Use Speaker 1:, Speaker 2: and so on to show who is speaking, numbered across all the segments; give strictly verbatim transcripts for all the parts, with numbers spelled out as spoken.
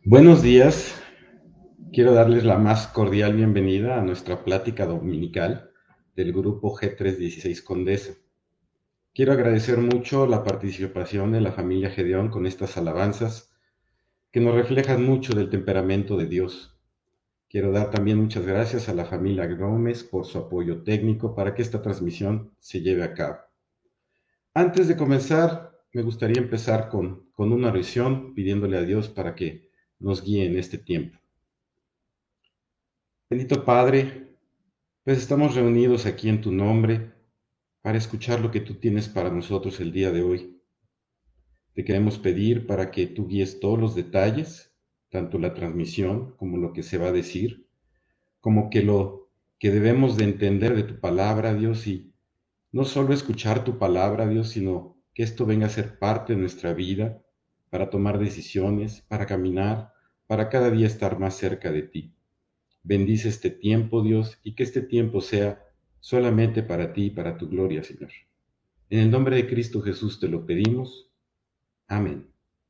Speaker 1: Buenos días, quiero darles la más cordial bienvenida a nuestra plática dominical del grupo G trescientos dieciséis Condesa. Quiero agradecer mucho la participación de la familia Gedeón con estas alabanzas que nos reflejan mucho del temperamento de Dios. Quiero dar también muchas gracias a la familia Gómez por su apoyo técnico para que esta transmisión se lleve a cabo. Antes de comenzar, me gustaría empezar con, con una oración pidiéndole a Dios para que nos guíe en este tiempo. Bendito Padre, pues estamos reunidos aquí en tu nombre para escuchar lo que tú tienes para nosotros el día de hoy. Te queremos pedir para que tú guíes todos los detalles, tanto la transmisión como lo que se va a decir, como que lo que debemos de entender de tu palabra, Dios, y no solo escuchar tu palabra, Dios, sino que esto venga a ser parte de nuestra vida para tomar decisiones, para caminar, para cada día estar más cerca de ti. Bendice este tiempo, Dios, y que este tiempo sea solamente para ti y para tu gloria, Señor. En el nombre de Cristo Jesús te lo pedimos. Amén.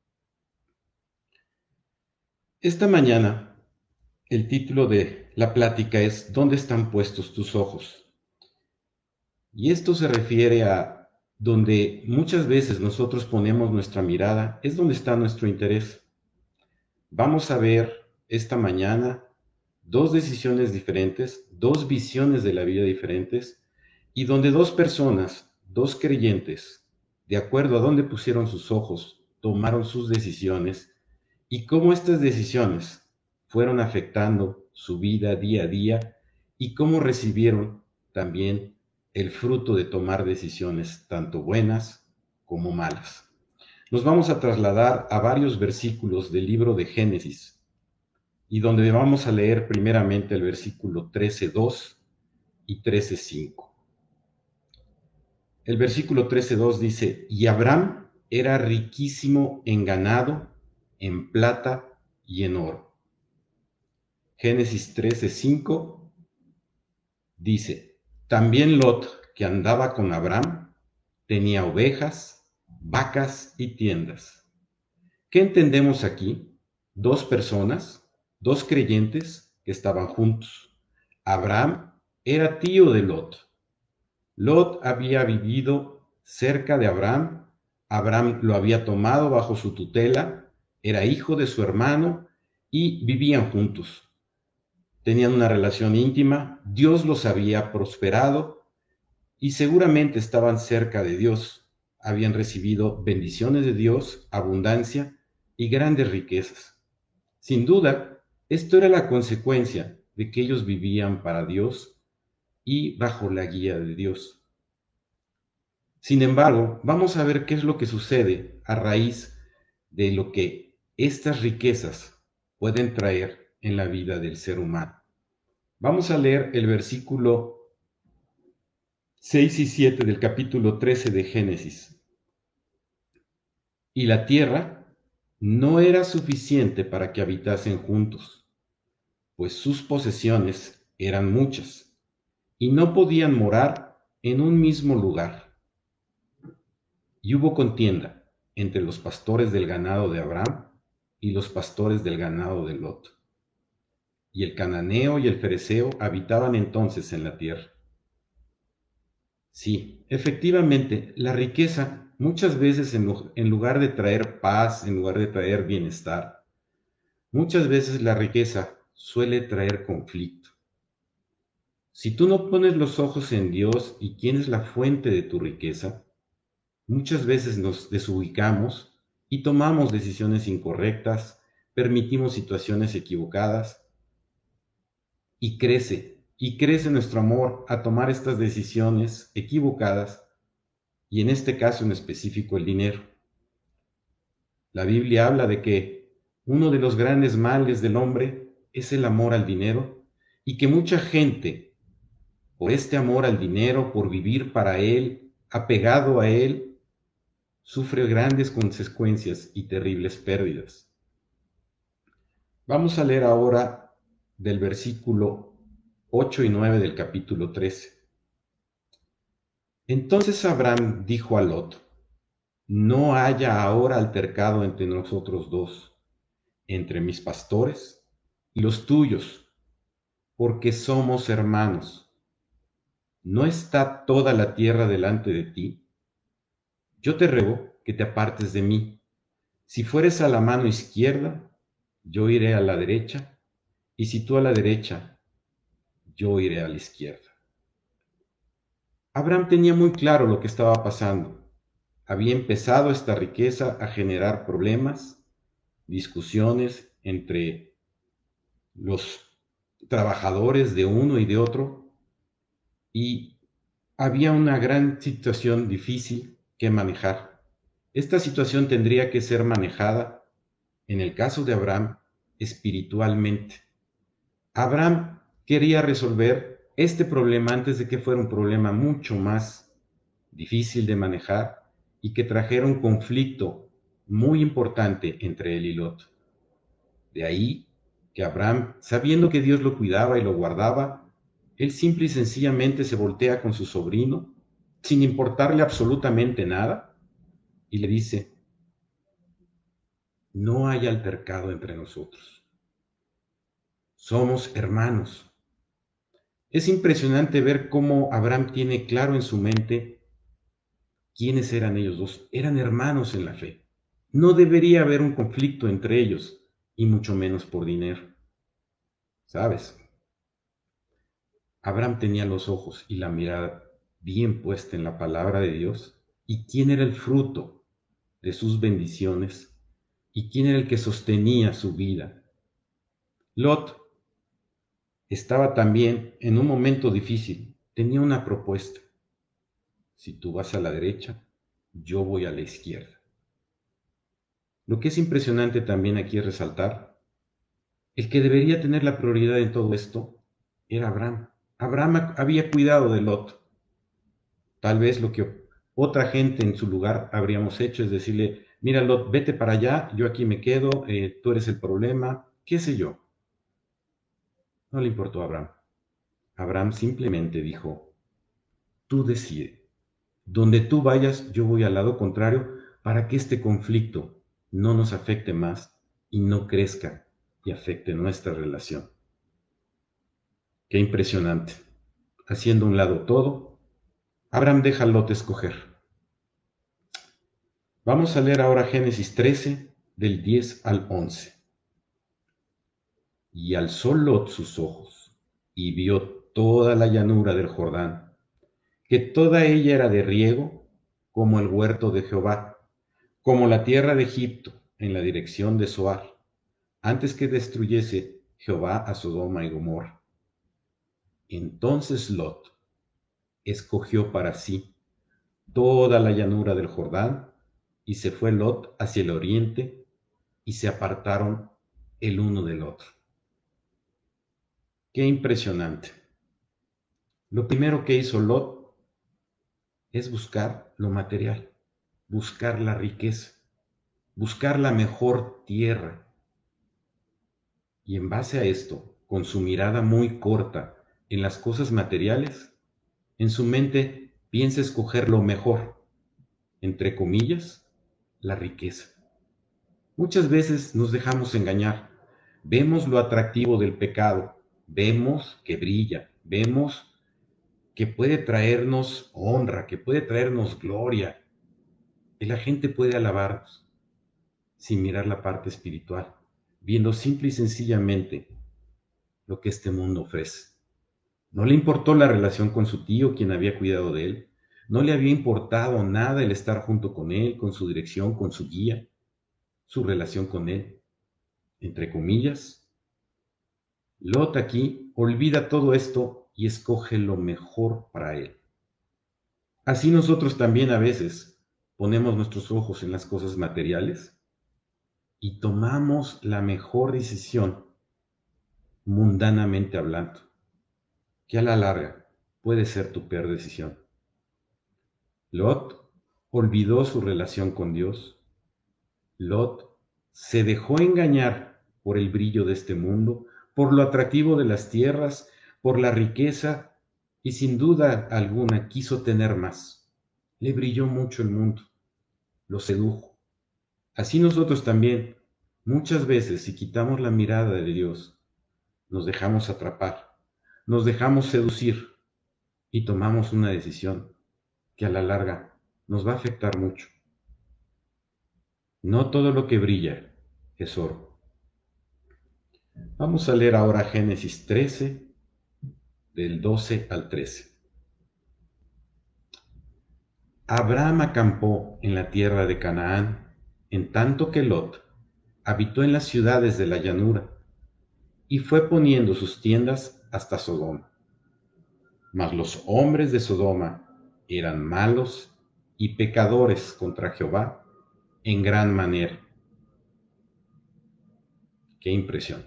Speaker 1: Esta mañana, el título de la plática es ¿Dónde están puestos tus ojos? Y esto se refiere a donde muchas veces nosotros ponemos nuestra mirada, es donde está nuestro interés. Vamos a ver esta mañana dos decisiones diferentes, dos visiones de la vida diferentes, y donde dos personas, dos creyentes, de acuerdo a dónde pusieron sus ojos, tomaron sus decisiones, y cómo estas decisiones fueron afectando su vida día a día, y cómo recibieron también el fruto de tomar decisiones tanto buenas como malas. Nos vamos a trasladar a varios versículos del libro de Génesis, y donde vamos a leer primeramente el versículo trece dos y trece cinco. El versículo trece dos dice, y Abraham era riquísimo en ganado, en plata y en oro. Génesis trece cinco dice, también Lot, que andaba con Abraham, tenía ovejas, vacas y tiendas. ¿Qué entendemos aquí? Dos personas, dos creyentes que estaban juntos. Abraham era tío de Lot. Lot había vivido cerca de Abraham. Abraham lo había tomado bajo su tutela, era hijo de su hermano y vivían juntos. Tenían una relación íntima, Dios los había prosperado y seguramente estaban cerca de Dios. Habían recibido bendiciones de Dios, abundancia y grandes riquezas. Sin duda, esto era la consecuencia de que ellos vivían para Dios y bajo la guía de Dios. Sin embargo, vamos a ver qué es lo que sucede a raíz de lo que estas riquezas pueden traer en la vida del ser humano. Vamos a leer el versículo seis y siete del capítulo trece de Génesis. Y la tierra no era suficiente para que habitasen juntos, pues sus posesiones eran muchas, y no podían morar en un mismo lugar. Y hubo contienda entre los pastores del ganado de Abraham y los pastores del ganado de Lot. Y el cananeo y el fereceo habitaban entonces en la tierra. Sí, efectivamente, la riqueza muchas veces en, en lugar de traer paz, en lugar de traer bienestar, muchas veces la riqueza suele traer conflicto. Si tú no pones los ojos en Dios y quién es la fuente de tu riqueza, muchas veces nos desubicamos y tomamos decisiones incorrectas, permitimos situaciones equivocadas y crece, y crece nuestro amor a tomar estas decisiones equivocadas y en este caso en específico el dinero. La Biblia habla de que uno de los grandes males del hombre es el amor al dinero y que mucha gente, por este amor al dinero, por vivir para él, apegado a él, sufre grandes consecuencias y terribles pérdidas. Vamos a leer ahora del versículo ocho y nueve del capítulo trece. Entonces Abraham dijo a Lot, no haya ahora altercado entre nosotros dos. entre mis pastores y los tuyos, porque somos hermanos. ¿No está toda la tierra delante de ti? Yo te ruego que te apartes de mí. Si fueres a la mano izquierda, yo iré a la derecha, y si tú a la derecha, yo iré a la izquierda. Abraham tenía muy claro lo que estaba pasando. Había empezado esta riqueza a generar problemas, discusiones entre los trabajadores de uno y de otro, y había una gran situación difícil que manejar. Esta situación tendría que ser manejada, en el caso de Abraham, espiritualmente. Abraham quería resolver este problema antes de que fuera un problema mucho más difícil de manejar y que trajera un conflicto muy importante entre él y Lot. De ahí que Abraham, sabiendo que Dios lo cuidaba y lo guardaba, él simple y sencillamente se voltea con su sobrino, sin importarle absolutamente nada, y le dice: no hay altercado entre nosotros. Somos hermanos. Es impresionante ver cómo Abraham tiene claro en su mente quiénes eran ellos dos. Eran hermanos en la fe. No debería haber un conflicto entre ellos, y mucho menos por dinero. ¿Sabes? Abraham tenía los ojos y la mirada bien puesta en la palabra de Dios y quién era el fruto de sus bendiciones y quién era el que sostenía su vida. Lot estaba también en un momento difícil. Tenía una propuesta. Si tú vas a la derecha, yo voy a la izquierda. Lo que es impresionante también aquí es resaltar, el que debería tener la prioridad en todo esto era Abraham. Abraham había cuidado de Lot. Tal vez lo que otra gente en su lugar habríamos hecho es decirle: mira Lot, vete para allá, yo aquí me quedo, eh, tú eres el problema, qué sé yo. No le importó a Abraham. Abraham simplemente dijo: tú decide. Donde tú vayas, yo voy al lado contrario para que este conflicto no nos afecte más y no crezca y afecte nuestra relación. Qué impresionante. Haciendo a un lado todo, Abraham deja a Lot escoger. Vamos a leer ahora Génesis trece, del diez al once. Y alzó Lot sus ojos, y vio toda la llanura del Jordán, que toda ella era de riego, como el huerto de Jehová, como la tierra de Egipto, en la dirección de Zoar, antes que destruyese Jehová a Sodoma y Gomorra. Entonces Lot escogió para sí toda la llanura del Jordán, y se fue Lot hacia el oriente, y se apartaron el uno del otro. Qué impresionante. Lo primero que hizo Lot es buscar lo material, buscar la riqueza, buscar la mejor tierra. Y en base a esto, con su mirada muy corta en las cosas materiales, en su mente piensa escoger lo mejor, entre comillas, la riqueza. Muchas veces nos dejamos engañar. Vemos lo atractivo del pecado, vemos que brilla, vemos que puede traernos honra, que puede traernos gloria, que la gente puede alabarnos, sin mirar la parte espiritual, viendo simple y sencillamente lo que este mundo ofrece. No le importó la relación con su tío, quien había cuidado de él. No le había importado nada el estar junto con él, con su dirección, con su guía, su relación con él. Entre comillas, Lot aquí olvida todo esto y escoge lo mejor para él. Así nosotros también a veces ponemos nuestros ojos en las cosas materiales y tomamos la mejor decisión, mundanamente hablando, que a la larga puede ser tu peor decisión. Lot olvidó su relación con Dios. Lot se dejó engañar por el brillo de este mundo, por lo atractivo de las tierras, por la riqueza, y sin duda alguna quiso tener más. Le brilló mucho el mundo, lo sedujo. Así nosotros también Muchas veces, si quitamos la mirada de Dios, nos dejamos atrapar, nos dejamos seducir y tomamos una decisión que a la larga nos va a afectar mucho. No todo lo que brilla es oro. Vamos a leer ahora Génesis trece, del doce al trece. Abraham acampó en la tierra de Canaán, en tanto que Lot habitó en las ciudades de la llanura, y fue poniendo sus tiendas hasta Sodoma. Mas los hombres de Sodoma eran malos y pecadores contra Jehová en gran manera. Qué impresión.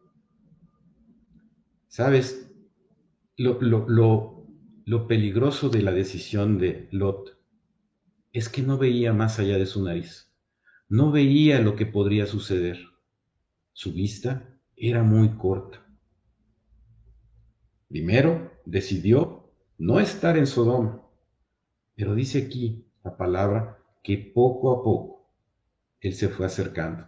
Speaker 1: ¿Sabes? Lo, lo, lo, lo peligroso de la decisión de Lot es que no veía más allá de su nariz. No veía lo que podría suceder. Su vista era muy corta. Primero decidió no estar en Sodoma, pero dice aquí la palabra que poco a poco él se fue acercando.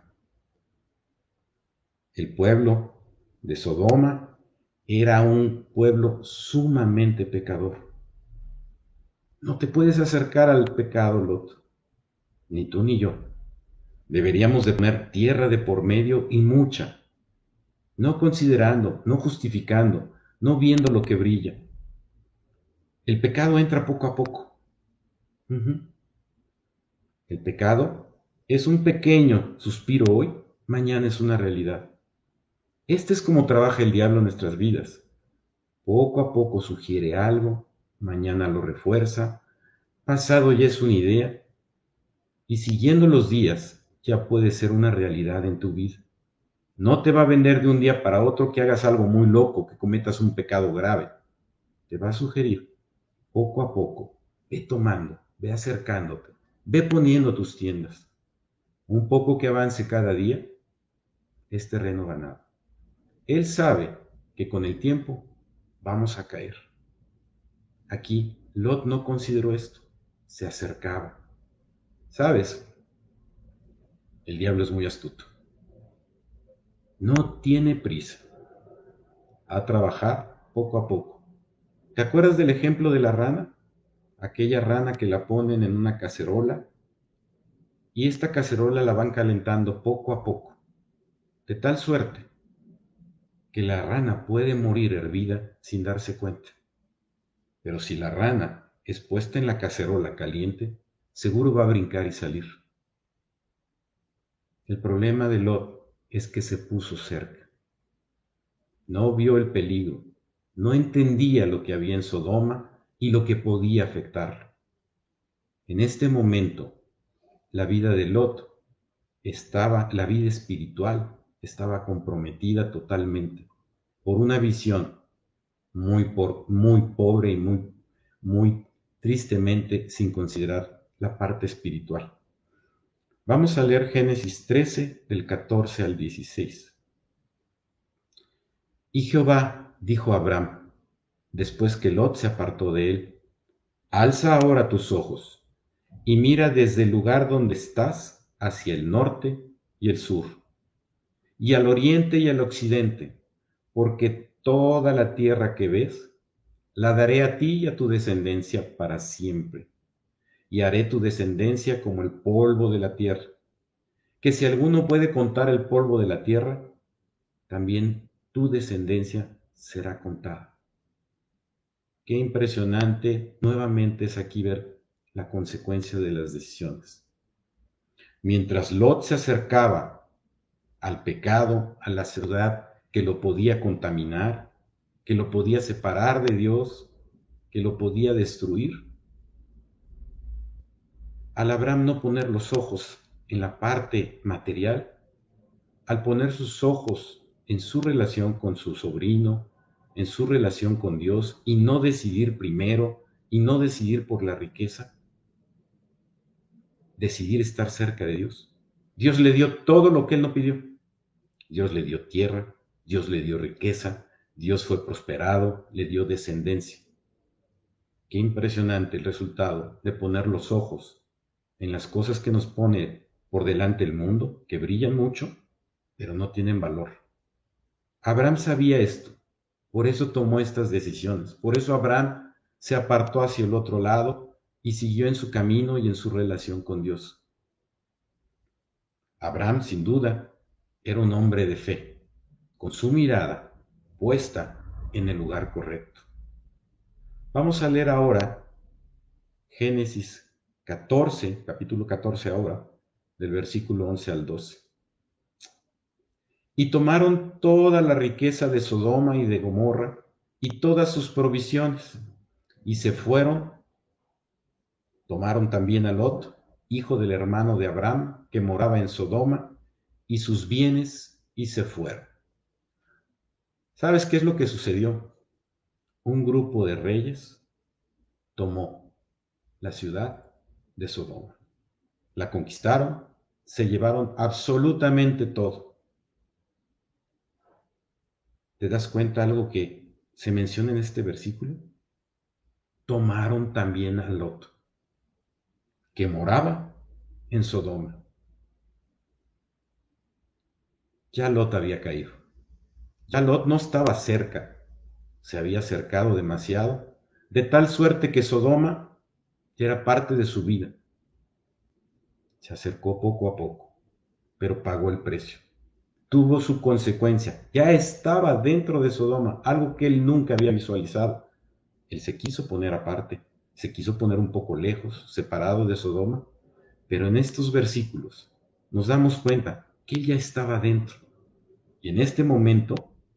Speaker 1: El pueblo de Sodoma era un pueblo sumamente pecador. No te puedes acercar al pecado, Lot, ni tú ni yo. Deberíamos de poner tierra de por medio y mucha, no considerando, no justificando, no viendo lo que brilla. El pecado entra poco a poco. Uh-huh. El pecado es un pequeño suspiro hoy, mañana es una realidad. Este es como trabaja el diablo en nuestras vidas. Poco a poco sugiere algo, mañana lo refuerza, pasado ya es una idea, y siguiendo los días ya puede ser una realidad en tu vida. No te va a vender de un día para otro que hagas algo muy loco, que cometas un pecado grave. Te va a sugerir, poco a poco, ve tomando, ve acercándote, ve poniendo tus tiendas. Un poco que avance cada día es terreno ganado. Él sabe que con el tiempo vamos a caer. Aquí Lot no consideró esto, se acercaba. ¿Sabes? El diablo es muy astuto. No tiene prisa a trabajar poco a poco. ¿Te acuerdas del ejemplo de la rana? Aquella rana que la ponen en una cacerola y esta cacerola la van calentando poco a poco, de tal suerte que la rana puede morir hervida sin darse cuenta. Pero si la rana es puesta en la cacerola caliente, seguro va a brincar y salir. El problema de Lot es que se puso cerca. No vio el peligro, no entendía lo que había en Sodoma y lo que podía afectarlo. En este momento, la vida de Lot estaba, la vida espiritual estaba comprometida totalmente por una visión muy, por, muy pobre y muy, muy tristemente sin considerar la parte espiritual. Vamos a leer Génesis trece, del catorce al dieciséis. Y Jehová dijo a Abraham, después que Lot se apartó de él, alza ahora tus ojos y mira desde el lugar donde estás hacia el norte y el sur, y al oriente y al occidente, porque toda la tierra que ves la daré a ti y a tu descendencia para siempre, y haré tu descendencia como el polvo de la tierra, que si alguno puede contar el polvo de la tierra, también tu descendencia será contada. Qué impresionante nuevamente es aquí ver la consecuencia de las decisiones. Mientras Lot se acercaba al pecado, a la ciudad que lo podía contaminar, que lo podía separar de Dios, que lo podía destruir, al Abraham no poner los ojos en la parte material, al poner sus ojos en su relación con su sobrino, en su relación con Dios, y no decidir primero, y no decidir por la riqueza, decidir estar cerca de Dios. Dios le dio todo lo que él no pidió. Dios le dio tierra, Dios le dio riqueza, Dios fue prosperado, le dio descendencia. Qué impresionante el resultado de poner los ojos en las cosas que nos pone por delante el mundo, que brillan mucho, pero no tienen valor. Abraham sabía esto, por eso tomó estas decisiones, por eso Abraham se apartó hacia el otro lado y siguió en su camino y en su relación con Dios. Abraham, sin duda, era un hombre de fe, con su mirada puesta en el lugar correcto. Vamos a leer ahora Génesis catorce, capítulo catorce ahora, del versículo once al doce. Y tomaron toda la riqueza de Sodoma y de Gomorra y todas sus provisiones, y se fueron. Tomaron también a Lot, hijo del hermano de Abraham, que moraba en Sodoma, y sus bienes, y se fueron. ¿Sabes qué es lo que sucedió? Un grupo de reyes tomó la ciudad de Sodoma. La conquistaron, se llevaron absolutamente todo. ¿Te das cuenta algo que se menciona en este versículo? Tomaron también a Lot, que moraba en Sodoma. Ya Lot había caído. Ya Lot no estaba cerca, se había acercado demasiado, de tal suerte que Sodoma ya era parte de su vida. Se acercó poco a poco, pero pagó el precio. Tuvo su consecuencia. Ya estaba dentro de Sodoma, algo que él nunca había visualizado. Él se quiso poner aparte, se quiso poner un poco lejos, separado de Sodoma, pero en estos versículos nos damos cuenta que él ya estaba dentro. Y en este momento,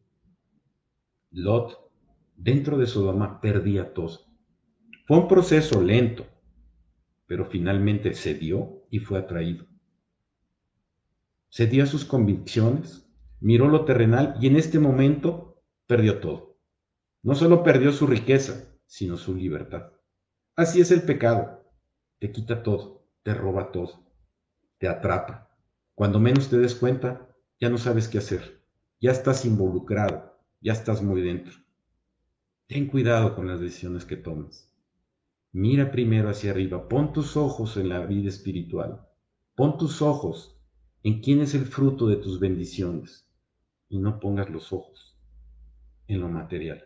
Speaker 1: Lot, dentro de Sodoma, perdía todo. Fue un proceso lento, pero finalmente cedió y fue atraído. Cedió a sus convicciones, miró lo terrenal y en este momento perdió todo. No solo perdió su riqueza, sino su libertad. Así es el pecado. Te quita todo, te roba todo, te atrapa. Cuando menos te des cuenta, ya no sabes qué hacer. Ya estás involucrado, ya estás muy dentro. Ten cuidado con las decisiones que tomas. Mira primero hacia arriba, pon tus ojos en la vida espiritual, pon tus ojos en quién es el fruto de tus bendiciones y no pongas los ojos en lo material.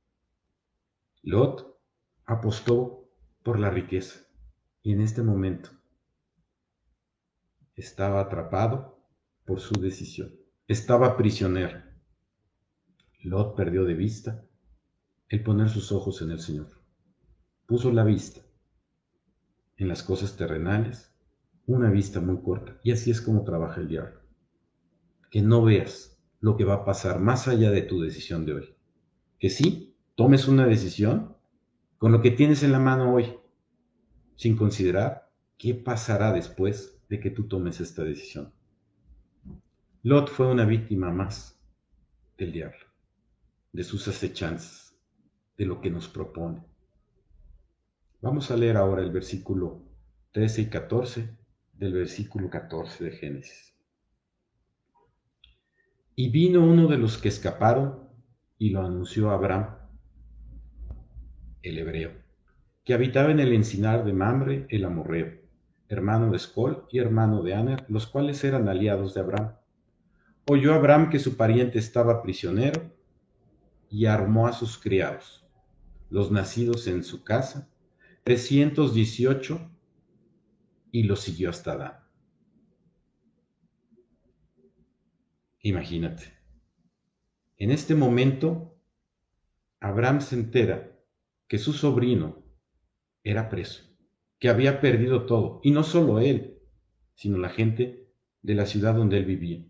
Speaker 1: Lot apostó por la riqueza y en este momento estaba atrapado por su decisión, estaba prisionero. Lot perdió de vista el poner sus ojos en el Señor. Puso la vista en las cosas terrenales, una vista muy corta. Y así es como trabaja el diablo. Que no veas lo que va a pasar más allá de tu decisión de hoy. Que sí, tomes una decisión con lo que tienes en la mano hoy, sin considerar qué pasará después de que tú tomes esta decisión. Lot fue una víctima más del diablo, de sus acechanzas, de lo que nos propone. Vamos a leer ahora el versículo trece y catorce del versículo catorce de Génesis. Y vino uno de los que escaparon y lo anunció a Abraham, el hebreo, que habitaba en el encinar de Mamre el amorreo, hermano de Escol y hermano de Aner, los cuales eran aliados de Abraham. Oyó Abraham que su pariente estaba prisionero y armó a sus criados, los nacidos en su casa, trescientos dieciocho, y los siguió hasta Dan. Imagínate, en este momento Abraham se entera que su sobrino era preso, que había perdido todo, y no solo él, sino la gente de la ciudad donde él vivía.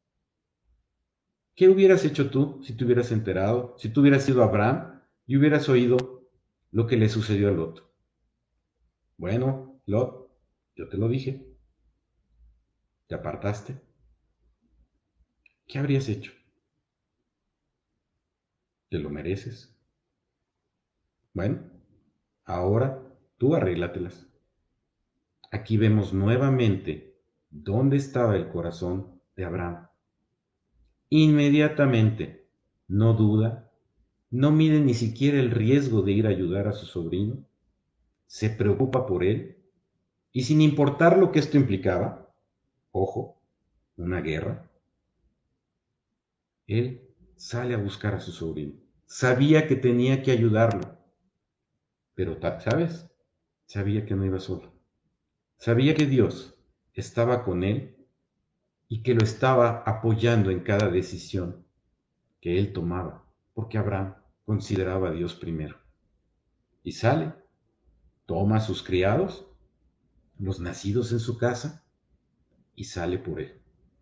Speaker 1: ¿Qué hubieras hecho tú si te hubieras enterado, si tú hubieras sido Abraham y hubieras oído lo que le sucedió a Lot? Bueno, Lot, yo te lo dije, te apartaste. ¿Qué habrías hecho? ¿Te lo mereces? Bueno, ahora tú arréglatelas. Aquí vemos nuevamente dónde estaba el corazón de Abraham. Inmediatamente, no duda, no mide ni siquiera el riesgo de ir a ayudar a su sobrino, se preocupa por él y sin importar lo que esto implicaba, ojo, una guerra, Él sale a buscar a su sobrino. Sabía que tenía que ayudarlo, pero, ¿sabes? Sabía que no iba solo. Sabía que Dios estaba con él y que lo estaba apoyando en cada decisión que él tomaba, porque Abraham consideraba a Dios primero. Y sale, toma a sus criados, los nacidos en su casa, y sale por él.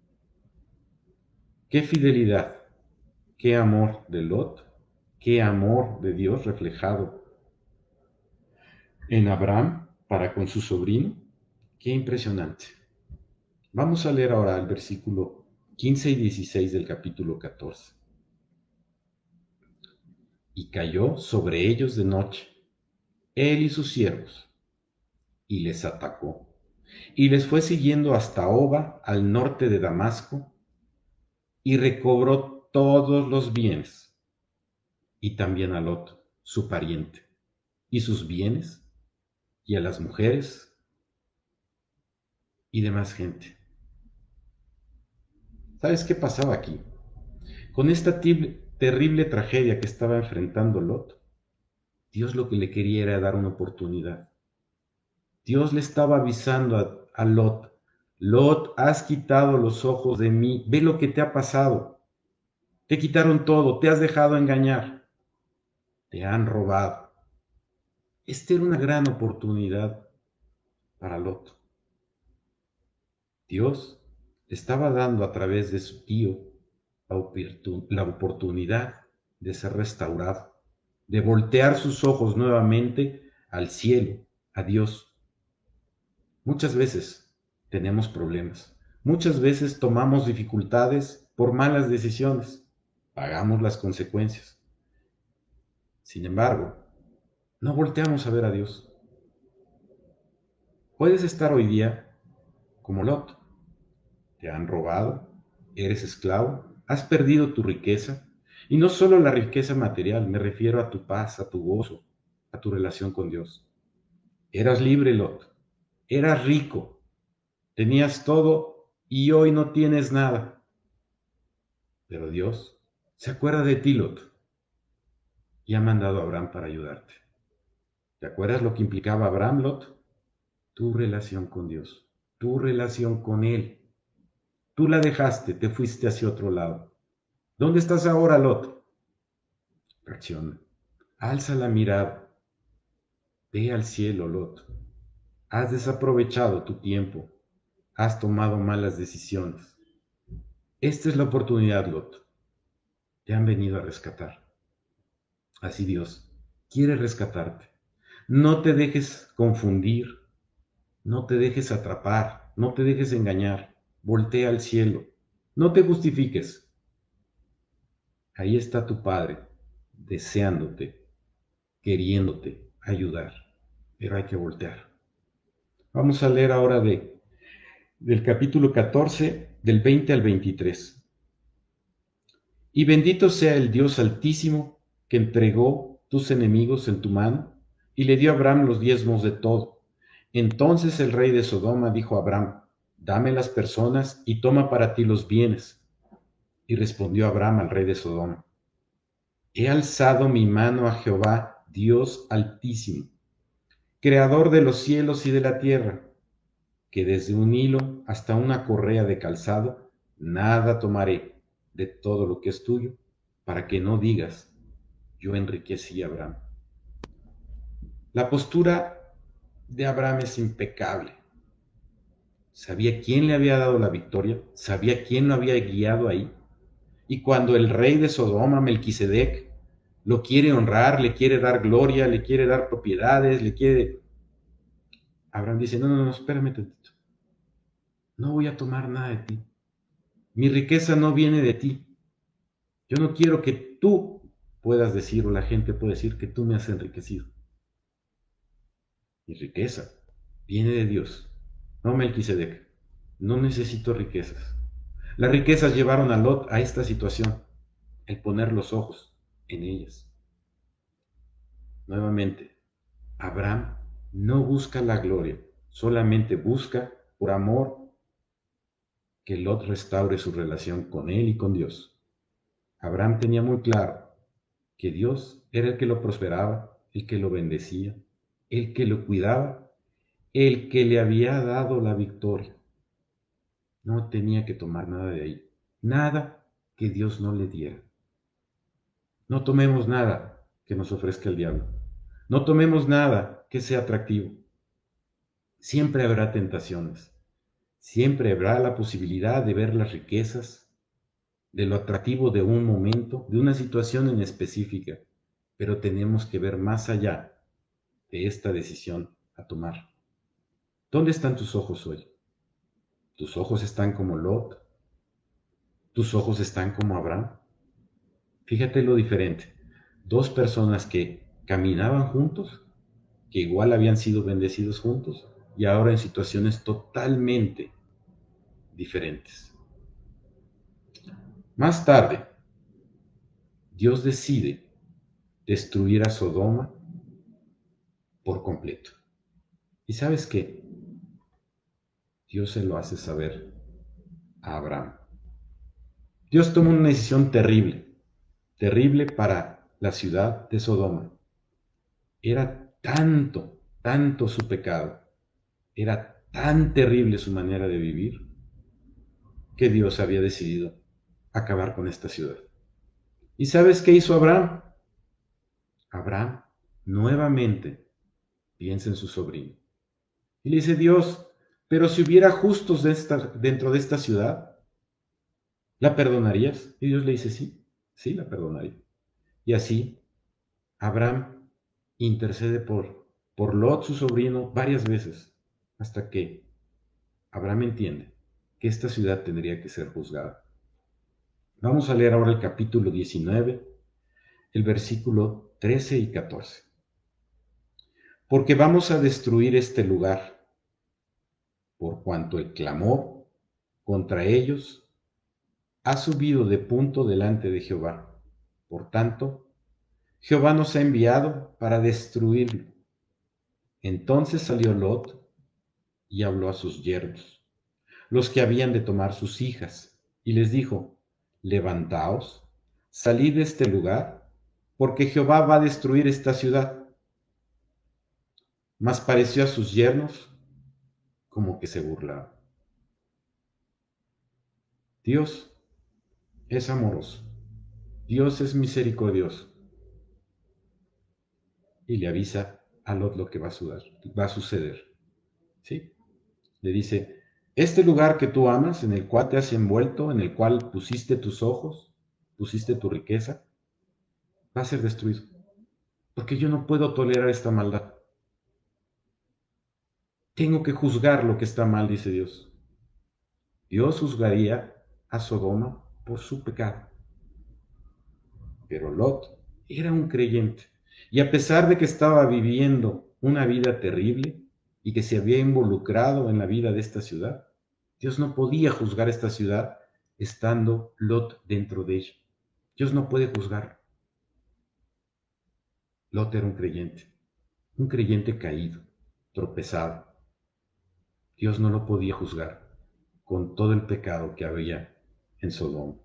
Speaker 1: ¡Qué fidelidad! ¡Qué amor de Lot! ¡Qué amor de Dios reflejado en Abraham para con su sobrino! ¡Qué impresionante! Vamos a leer ahora el versículo quince y dieciséis del capítulo catorce. Y cayó sobre ellos de noche, él y sus siervos, y les atacó, y les fue siguiendo hasta Hoba, al norte de Damasco, y recobró todos los bienes, y también a Lot, su pariente, y sus bienes, y a las mujeres, y demás gente. ¿Sabes qué pasaba aquí? Con esta terrible tragedia que estaba enfrentando Lot, Dios lo que le quería era dar una oportunidad. Dios le estaba avisando a, a Lot: Lot, has quitado los ojos de mí, ve lo que te ha pasado. Te quitaron todo, te has dejado engañar, te han robado. Esta era una gran oportunidad para Lot. Dios le estaba dando a través de su tío la oportunidad de ser restaurado, de voltear sus ojos nuevamente al cielo, a Dios. Muchas veces tenemos problemas, muchas veces tomamos dificultades por malas decisiones, pagamos las consecuencias. Sin embargo, no volteamos a ver a Dios. Puedes estar hoy día como Lot. Te han robado, eres esclavo, has perdido tu riqueza, y no solo la riqueza material, me refiero a tu paz, a tu gozo, a tu relación con Dios. Eras libre, Lot, eras rico, tenías todo y hoy no tienes nada. Pero Dios se acuerda de ti, Lot, y ha mandado a Abraham para ayudarte. ¿Te acuerdas lo que implicaba Abraham, Lot? Tu relación con Dios, tu relación con Él. Tú la dejaste, te fuiste hacia otro lado. ¿Dónde estás ahora, Lot? Reacciona. Alza la mirada. Ve al cielo, Lot. Has desaprovechado tu tiempo. Has tomado malas decisiones. Esta es la oportunidad, Lot. Te han venido a rescatar. Así Dios quiere rescatarte. No te dejes confundir. No te dejes atrapar. No te dejes engañar. Voltea al cielo. No te justifiques. Ahí está tu Padre, deseándote, queriéndote ayudar. Pero hay que voltear. Vamos a leer ahora de, del capítulo catorce, del veinte al veintitrés. Y bendito sea el Dios Altísimo, que entregó tus enemigos en tu mano, y le dio a Abraham los diezmos de todo. Entonces el rey de Sodoma dijo a Abraham: dame las personas y toma para ti los bienes. Y respondió Abraham al rey de Sodoma: he alzado mi mano a Jehová, Dios Altísimo, creador de los cielos y de la tierra, que desde un hilo hasta una correa de calzado, nada tomaré de todo lo que es tuyo, para que no digas: yo enriquecí a Abraham. La postura de Abraham es impecable. Sabía quién le había dado la victoria, sabía quién lo había guiado ahí. Y cuando el rey de Sodoma, Melquisedec, lo quiere honrar, le quiere dar gloria, le quiere dar propiedades, le quiere... Abraham dice: no, no, no, espérame tantito. No voy a tomar nada de ti. Mi riqueza no viene de ti. Yo no quiero que tú puedas decir, o la gente pueda decir, que tú me has enriquecido. Mi riqueza viene de Dios, no Melquisedec. No necesito riquezas. Las riquezas llevaron a Lot a esta situación, el poner los ojos en ellas. Nuevamente, Abraham no busca la gloria, solamente busca, por amor, que Lot restaure su relación con él y con Dios. Abraham tenía muy claro que Dios era el que lo prosperaba, el que lo bendecía, el que lo cuidaba, el que le había dado la victoria. No tenía que tomar nada de ahí, nada que Dios no le diera. No tomemos nada que nos ofrezca el diablo. No tomemos nada que sea atractivo. Siempre habrá tentaciones. Siempre habrá la posibilidad de ver las riquezas, de lo atractivo de un momento, de una situación en específica. Pero tenemos que ver más allá de esta decisión a tomar. ¿Dónde están tus ojos hoy? ¿Tus ojos están como Lot? ¿Tus ojos están como Abraham? Fíjate lo diferente. Dos personas que caminaban juntos, que igual habían sido bendecidos juntos, y ahora en situaciones totalmente diferentes. Más tarde, Dios decide destruir a Sodoma por completo. ¿Y sabes qué? Dios se lo hace saber a Abraham. Dios toma una decisión terrible, terrible para la ciudad de Sodoma. Era tanto, tanto su pecado, era tan terrible su manera de vivir, que Dios había decidido acabar con esta ciudad. ¿Y sabes qué hizo Abraham? Abraham nuevamente piensa en su sobrino. Y le dice, Dios, pero si hubiera justos de esta, dentro de esta ciudad, ¿la perdonarías? Y Dios le dice, sí, sí, la perdonaría. Y así, Abraham intercede por, por Lot, su sobrino, varias veces, hasta que Abraham entiende que esta ciudad tendría que ser juzgada. Vamos a leer ahora el capítulo diecinueve, el versículo trece y catorce. Porque vamos a destruir este lugar, por cuanto el clamor contra ellos ha subido de punto delante de Jehová. Por tanto, Jehová nos ha enviado para destruirlo. Entonces salió Lot y habló a sus yernos, los que habían de tomar sus hijas, y les dijo, levantaos, salid de este lugar, porque Jehová va a destruir esta ciudad. Mas pareció a sus yernos como que se burlaba. Dios es amoroso, Dios es misericordioso, y le avisa a Lot lo que va a suceder. Va a suceder. ¿Sí? Le dice, este lugar que tú amas, en el cual te has envuelto, en el cual pusiste tus ojos, pusiste tu riqueza, va a ser destruido. Porque yo no puedo tolerar esta maldad. Tengo que juzgar lo que está mal, dice Dios. Dios juzgaría a Sodoma por su pecado. Pero Lot era un creyente. Y a pesar de que estaba viviendo una vida terrible y que se había involucrado en la vida de esta ciudad, Dios no podía juzgar esta ciudad estando Lot dentro de ella. Dios no puede juzgar. Lot era un creyente, un creyente caído, tropezado. Dios no lo podía juzgar con todo el pecado que había en Sodoma.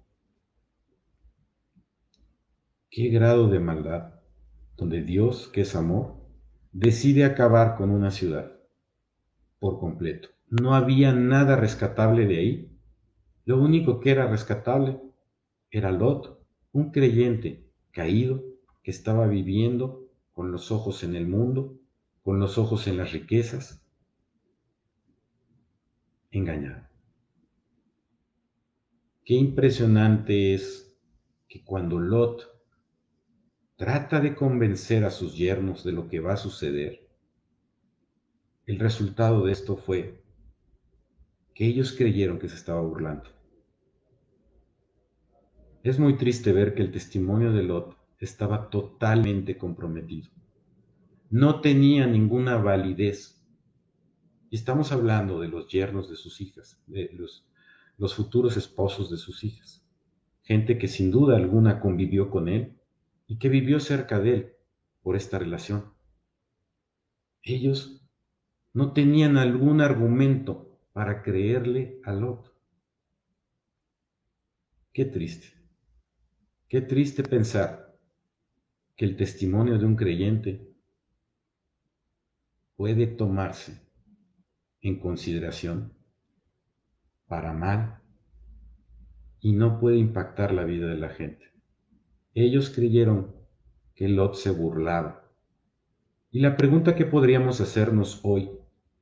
Speaker 1: ¿Qué grado de maldad donde Dios, que es amor, decide acabar con una ciudad por completo? No había nada rescatable de ahí. Lo único que era rescatable era Lot, un creyente caído que estaba viviendo con los ojos en el mundo, con los ojos en las riquezas, engañado. Qué impresionante es que cuando Lot trata de convencer a sus yernos de lo que va a suceder, el resultado de esto fue que ellos creyeron que se estaba burlando. Es muy triste ver que el testimonio de Lot estaba totalmente comprometido. No tenía ninguna validez. Y estamos hablando de los yernos de sus hijas, de los, los futuros esposos de sus hijas. Gente que sin duda alguna convivió con él y que vivió cerca de él por esta relación. Ellos no tenían algún argumento para creerle a Lot. Qué triste. Qué triste pensar que el testimonio de un creyente puede tomarse en consideración para mal y no puede impactar la vida de la gente. Ellos creyeron que Lot se burlaba. Y la pregunta que podríamos hacernos hoy,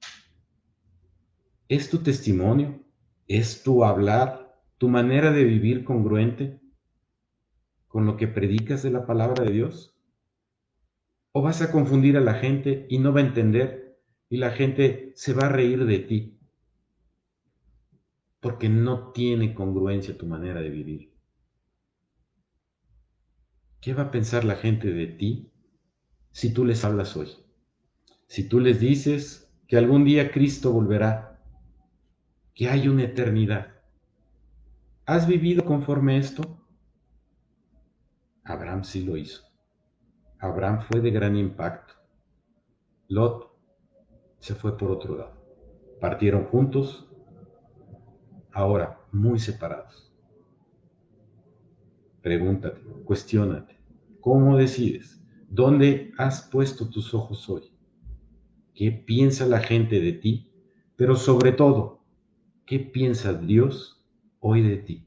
Speaker 1: ¿es tu testimonio? ¿Es tu hablar, tu manera de vivir congruente con lo que predicas de la palabra de Dios? ¿O vas a confundir a la gente y no va a entender y la gente se va a reír de ti porque no tiene congruencia tu manera de vivir? ¿Qué va a pensar la gente de ti si tú les hablas hoy? Si tú les dices que algún día Cristo volverá, que hay una eternidad. ¿Has vivido conforme a esto? Abraham sí lo hizo. Abraham fue de gran impacto. Lot se fue por otro lado. Partieron juntos, ahora muy separados. Pregúntate, cuestiónate, ¿cómo decides? ¿Dónde has puesto tus ojos hoy? ¿Qué piensa la gente de ti? Pero sobre todo, ¿qué piensa Dios hoy de ti?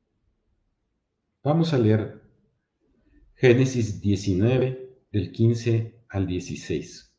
Speaker 1: Vamos a leer Génesis diecinueve, del quince al dieciséis.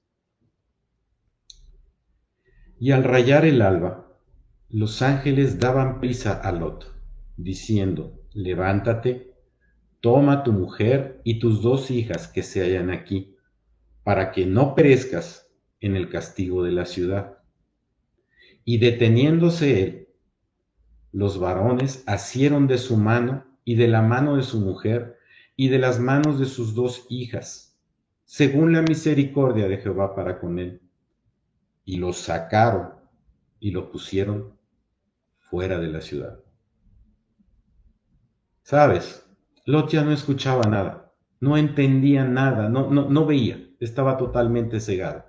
Speaker 1: Y al rayar el alba, los ángeles daban prisa a Lot, diciendo: levántate, toma tu mujer y tus dos hijas que se hallan aquí, para que no perezcas en el castigo de la ciudad. Y deteniéndose él, los varones asieron de su mano y de la mano de su mujer y de las manos de sus dos hijas, según la misericordia de Jehová para con él, y lo sacaron y lo pusieron fuera de la ciudad. ¿Sabes? Lot ya no escuchaba nada, no entendía nada, no, no, no veía, estaba totalmente cegado.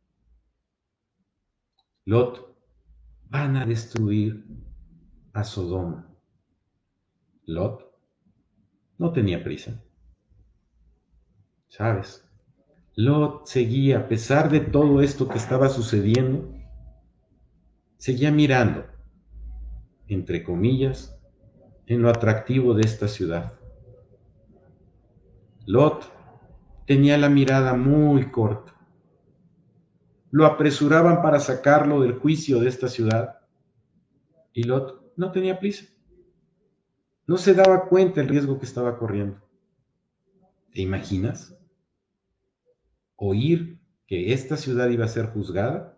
Speaker 1: Lot, van a destruir a Sodoma. Lot no tenía prisa, ¿sabes? Lot seguía, a pesar de todo esto que estaba sucediendo, seguía mirando, entre comillas, en lo atractivo de esta ciudad. Lot tenía la mirada muy corta. Lo apresuraban para sacarlo del juicio de esta ciudad y Lot no tenía prisa. No se daba cuenta el riesgo que estaba corriendo. ¿Te imaginas? Oír que esta ciudad iba a ser juzgada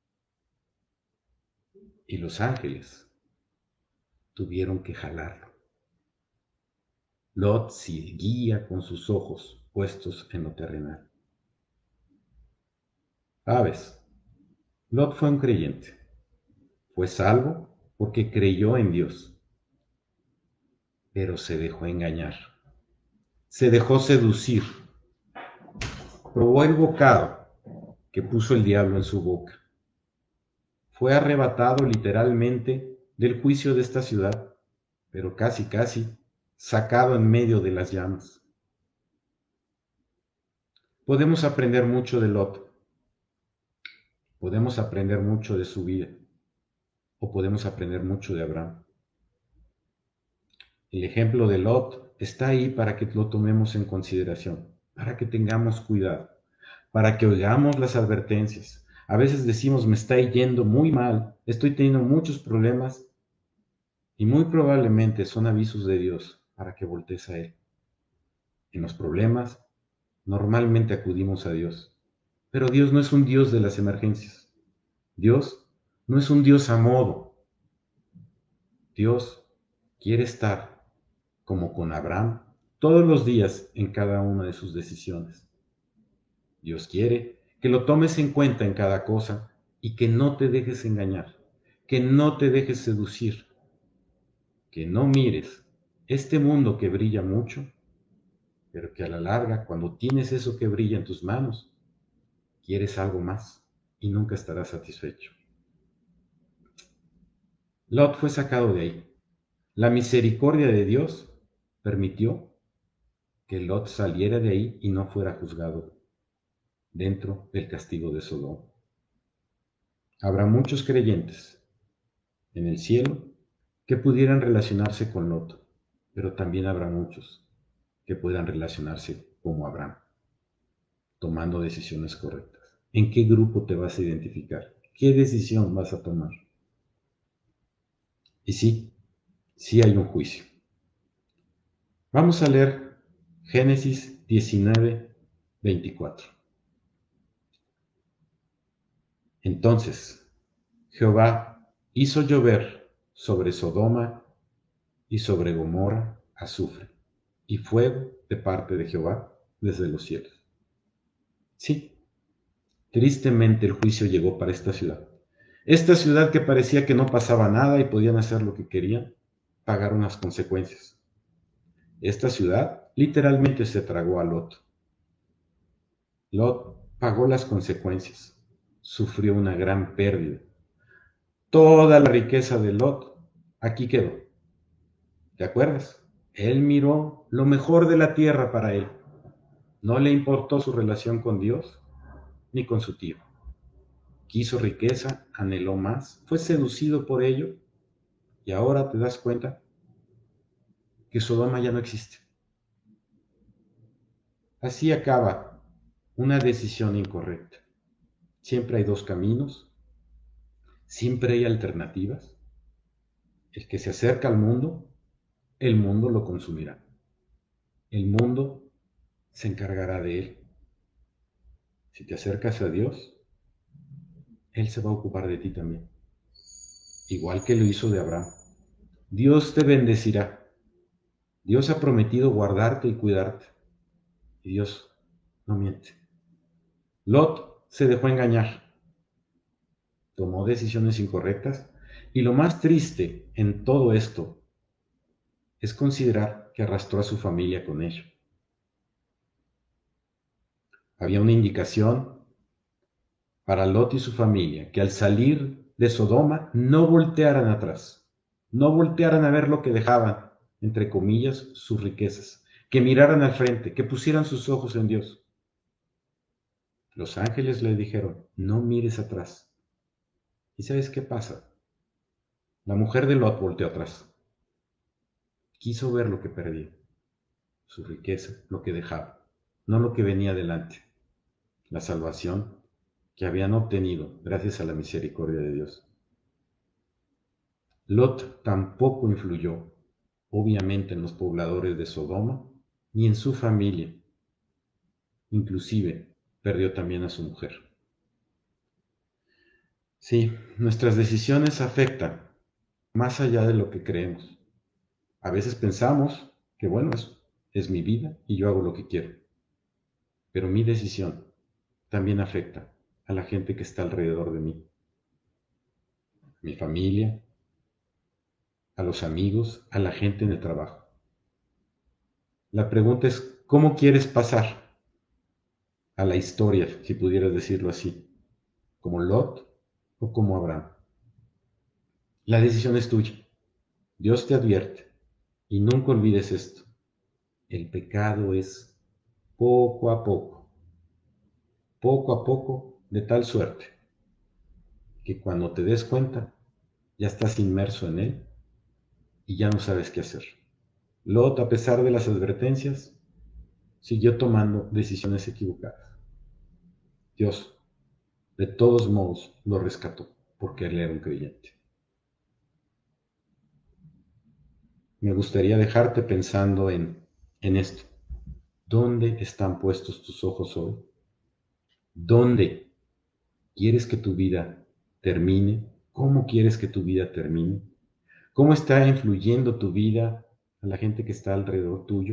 Speaker 1: y los ángeles tuvieron que jalarlo. Lot seguía con sus ojos puestos en lo terrenal. ¿Sabes? Lot fue un creyente. Fue salvo porque creyó en Dios, pero se dejó engañar. Se dejó seducir. Probó el bocado que puso el diablo en su boca. Fue arrebatado literalmente del juicio de esta ciudad, pero casi casi sacado en medio de las llamas. Podemos aprender mucho de Lot, podemos aprender mucho de su vida, o podemos aprender mucho de Abraham. El ejemplo de Lot está ahí para que lo tomemos en consideración, para que tengamos cuidado, para que oigamos las advertencias. A veces decimos, me está yendo muy mal, estoy teniendo muchos problemas, y muy probablemente son avisos de Dios para que voltees a Él. En los problemas, normalmente acudimos a Dios, pero Dios no es un Dios de las emergencias. Dios no es un Dios a modo. Dios quiere estar, como con Abraham, todos los días en cada una de sus decisiones. Dios quiere que lo tomes en cuenta en cada cosa y que no te dejes engañar, que no te dejes seducir, que no mires este mundo que brilla mucho, pero que a la larga, cuando tienes eso que brilla en tus manos, quieres algo más y nunca estarás satisfecho. Lot fue sacado de ahí. La misericordia de Dios permitió que Lot saliera de ahí y no fuera juzgado dentro del castigo de Sodoma. Habrá muchos creyentes en el cielo que pudieran relacionarse con Lot, pero también habrá muchos que puedan relacionarse como Abraham, tomando decisiones correctas. ¿En qué grupo te vas a identificar? ¿Qué decisión vas a tomar? Y sí, sí hay un juicio. Vamos a leer Génesis diecinueve, veinticuatro. Entonces, Jehová hizo llover sobre Sodoma y sobre Gomorra azufre y fuego de parte de Jehová desde los cielos. Sí, tristemente el juicio llegó para esta ciudad. Esta ciudad que parecía que no pasaba nada y podían hacer lo que querían, pagaron las consecuencias. Esta ciudad literalmente se tragó a Lot. Lot pagó las consecuencias, sufrió una gran pérdida. Toda la riqueza de Lot aquí quedó. ¿Te acuerdas? Él miró lo mejor de la tierra para él. No le importó su relación con Dios ni con su tío. Quiso riqueza, anheló más, fue seducido por ello y ahora te das cuenta que Sodoma ya no existe. Así acaba una decisión incorrecta. Siempre hay dos caminos, siempre hay alternativas. El que se acerca al mundo, el mundo lo consumirá. El mundo se encargará de él. Si te acercas a Dios, Él se va a ocupar de ti también, igual que lo hizo de Abraham. Dios te bendecirá. Dios ha prometido guardarte y cuidarte. Y Dios no miente. Lot se dejó engañar, tomó decisiones incorrectas y lo más triste en todo esto es considerar que arrastró a su familia con ello. Había una indicación para Lot y su familia que al salir de Sodoma no voltearan atrás, no voltearan a ver lo que dejaban, entre comillas, sus riquezas, que miraran al frente, que pusieran sus ojos en Dios. Los ángeles le dijeron, no mires atrás. ¿Y sabes qué pasa? La mujer de Lot volteó atrás. Quiso ver lo que perdía, su riqueza, lo que dejaba, no lo que venía delante, la salvación que habían obtenido gracias a la misericordia de Dios. Lot tampoco influyó, obviamente, en los pobladores de Sodoma, ni en su familia. Inclusive, perdió también a su mujer. Sí, nuestras decisiones afectan más allá de lo que creemos. A veces pensamos que, bueno, es, es mi vida y yo hago lo que quiero. Pero mi decisión también afecta a la gente que está alrededor de mí. Mi familia, a los amigos, a la gente en el trabajo. La pregunta es, ¿cómo quieres pasar a la historia, si pudieras decirlo así? ¿Como Lot o como Abraham? La decisión es tuya. Dios te advierte y nunca olvides esto. El pecado es poco a poco, poco a poco, de tal suerte que cuando te des cuenta ya estás inmerso en él y ya no sabes qué hacer. Lot, a pesar de las advertencias, siguió tomando decisiones equivocadas. Dios, de todos modos, lo rescató porque él era un creyente. Me gustaría dejarte pensando en, en esto. ¿Dónde están puestos tus ojos hoy? ¿Dónde quieres que tu vida termine? ¿Cómo quieres que tu vida termine? ¿Cómo está influyendo tu vida a la gente que está alrededor tuyo?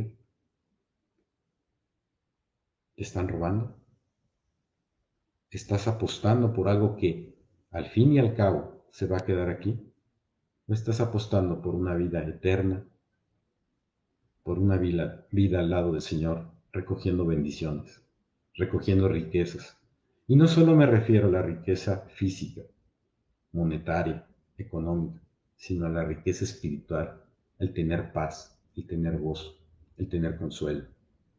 Speaker 1: ¿Te están robando? ¿Estás apostando por algo que al fin y al cabo se va a quedar aquí? ¿O estás apostando por una vida eterna, por una vida, vida al lado del Señor, recogiendo bendiciones, recogiendo riquezas? Y no solo me refiero a la riqueza física, monetaria, económica, sino a la riqueza espiritual, el tener paz, el tener gozo, el tener consuelo.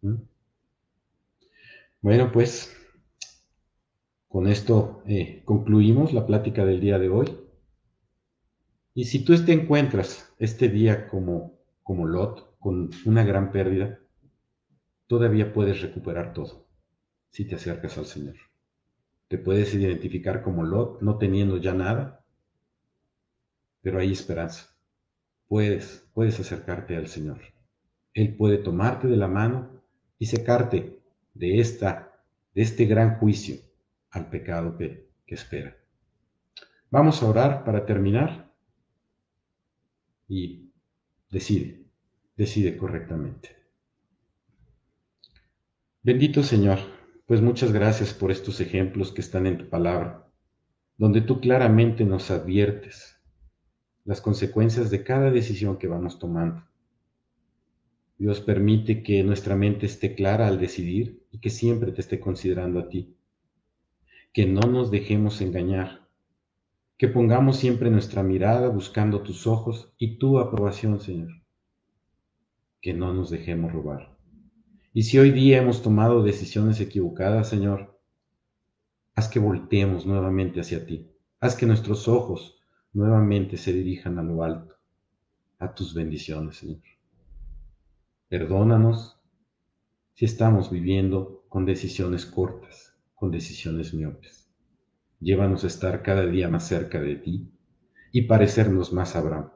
Speaker 1: ¿Mm? Bueno, pues con esto eh, concluimos la plática del día de hoy. Y si tú te encuentras este día como, como Lot, con una gran pérdida, todavía puedes recuperar todo si te acercas al Señor. Te puedes identificar como Lot, no teniendo ya nada, pero hay esperanza. Puedes, puedes acercarte al Señor. Él puede tomarte de la mano y secarte de, esta, de este gran juicio al pecado que, que espera. Vamos a orar para terminar y decide, decide correctamente. Bendito Señor, pues muchas gracias por estos ejemplos que están en tu palabra, donde tú claramente nos adviertes las consecuencias de cada decisión que vamos tomando. Dios, permite que nuestra mente esté clara al decidir y que siempre te esté considerando a ti. Que no nos dejemos engañar, que pongamos siempre nuestra mirada buscando tus ojos y tu aprobación, Señor. Que no nos dejemos robar. Y si hoy día hemos tomado decisiones equivocadas, Señor, haz que volteemos nuevamente hacia ti. Haz que nuestros ojos nuevamente se dirijan a lo alto, a tus bendiciones, Señor. Perdónanos si estamos viviendo con decisiones cortas, con decisiones miopes. Llévanos a estar cada día más cerca de ti y parecernos más a Abraham.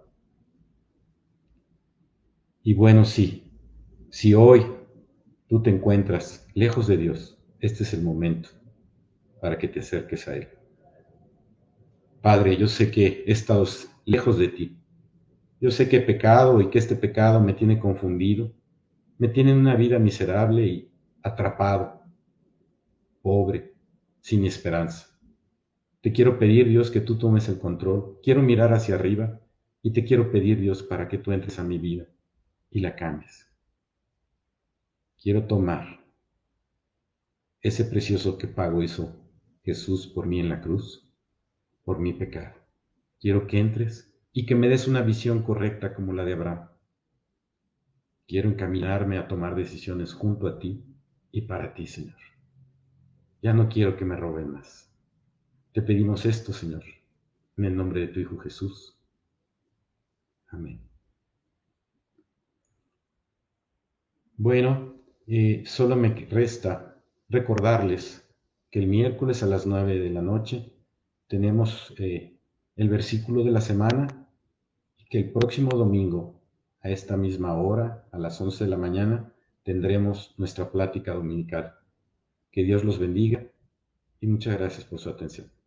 Speaker 1: Y bueno, sí, si hoy tú te encuentras lejos de Dios, este es el momento para que te acerques a Él. Padre, yo sé que he estado lejos de ti. Yo sé que he pecado y que este pecado me tiene confundido, me tiene en una vida miserable y atrapado, pobre, sin esperanza. Te quiero pedir, Dios, que tú tomes el control. Quiero mirar hacia arriba y te quiero pedir, Dios, para que tú entres a mi vida y la cambies. Quiero tomar ese precioso que pago hizo Jesús por mí en la cruz, por mi pecado. Quiero que entres y que me des una visión correcta como la de Abraham. Quiero encaminarme a tomar decisiones junto a ti y para ti, Señor. Ya no quiero que me roben más. Te pedimos esto, Señor, en el nombre de tu Hijo Jesús. Amén. Bueno, eh, solo me resta recordarles que el miércoles a las nueve de la noche tenemos eh, el versículo de la semana y que el próximo domingo a esta misma hora, a las once de la mañana, tendremos nuestra plática dominical. Que Dios los bendiga y muchas gracias por su atención.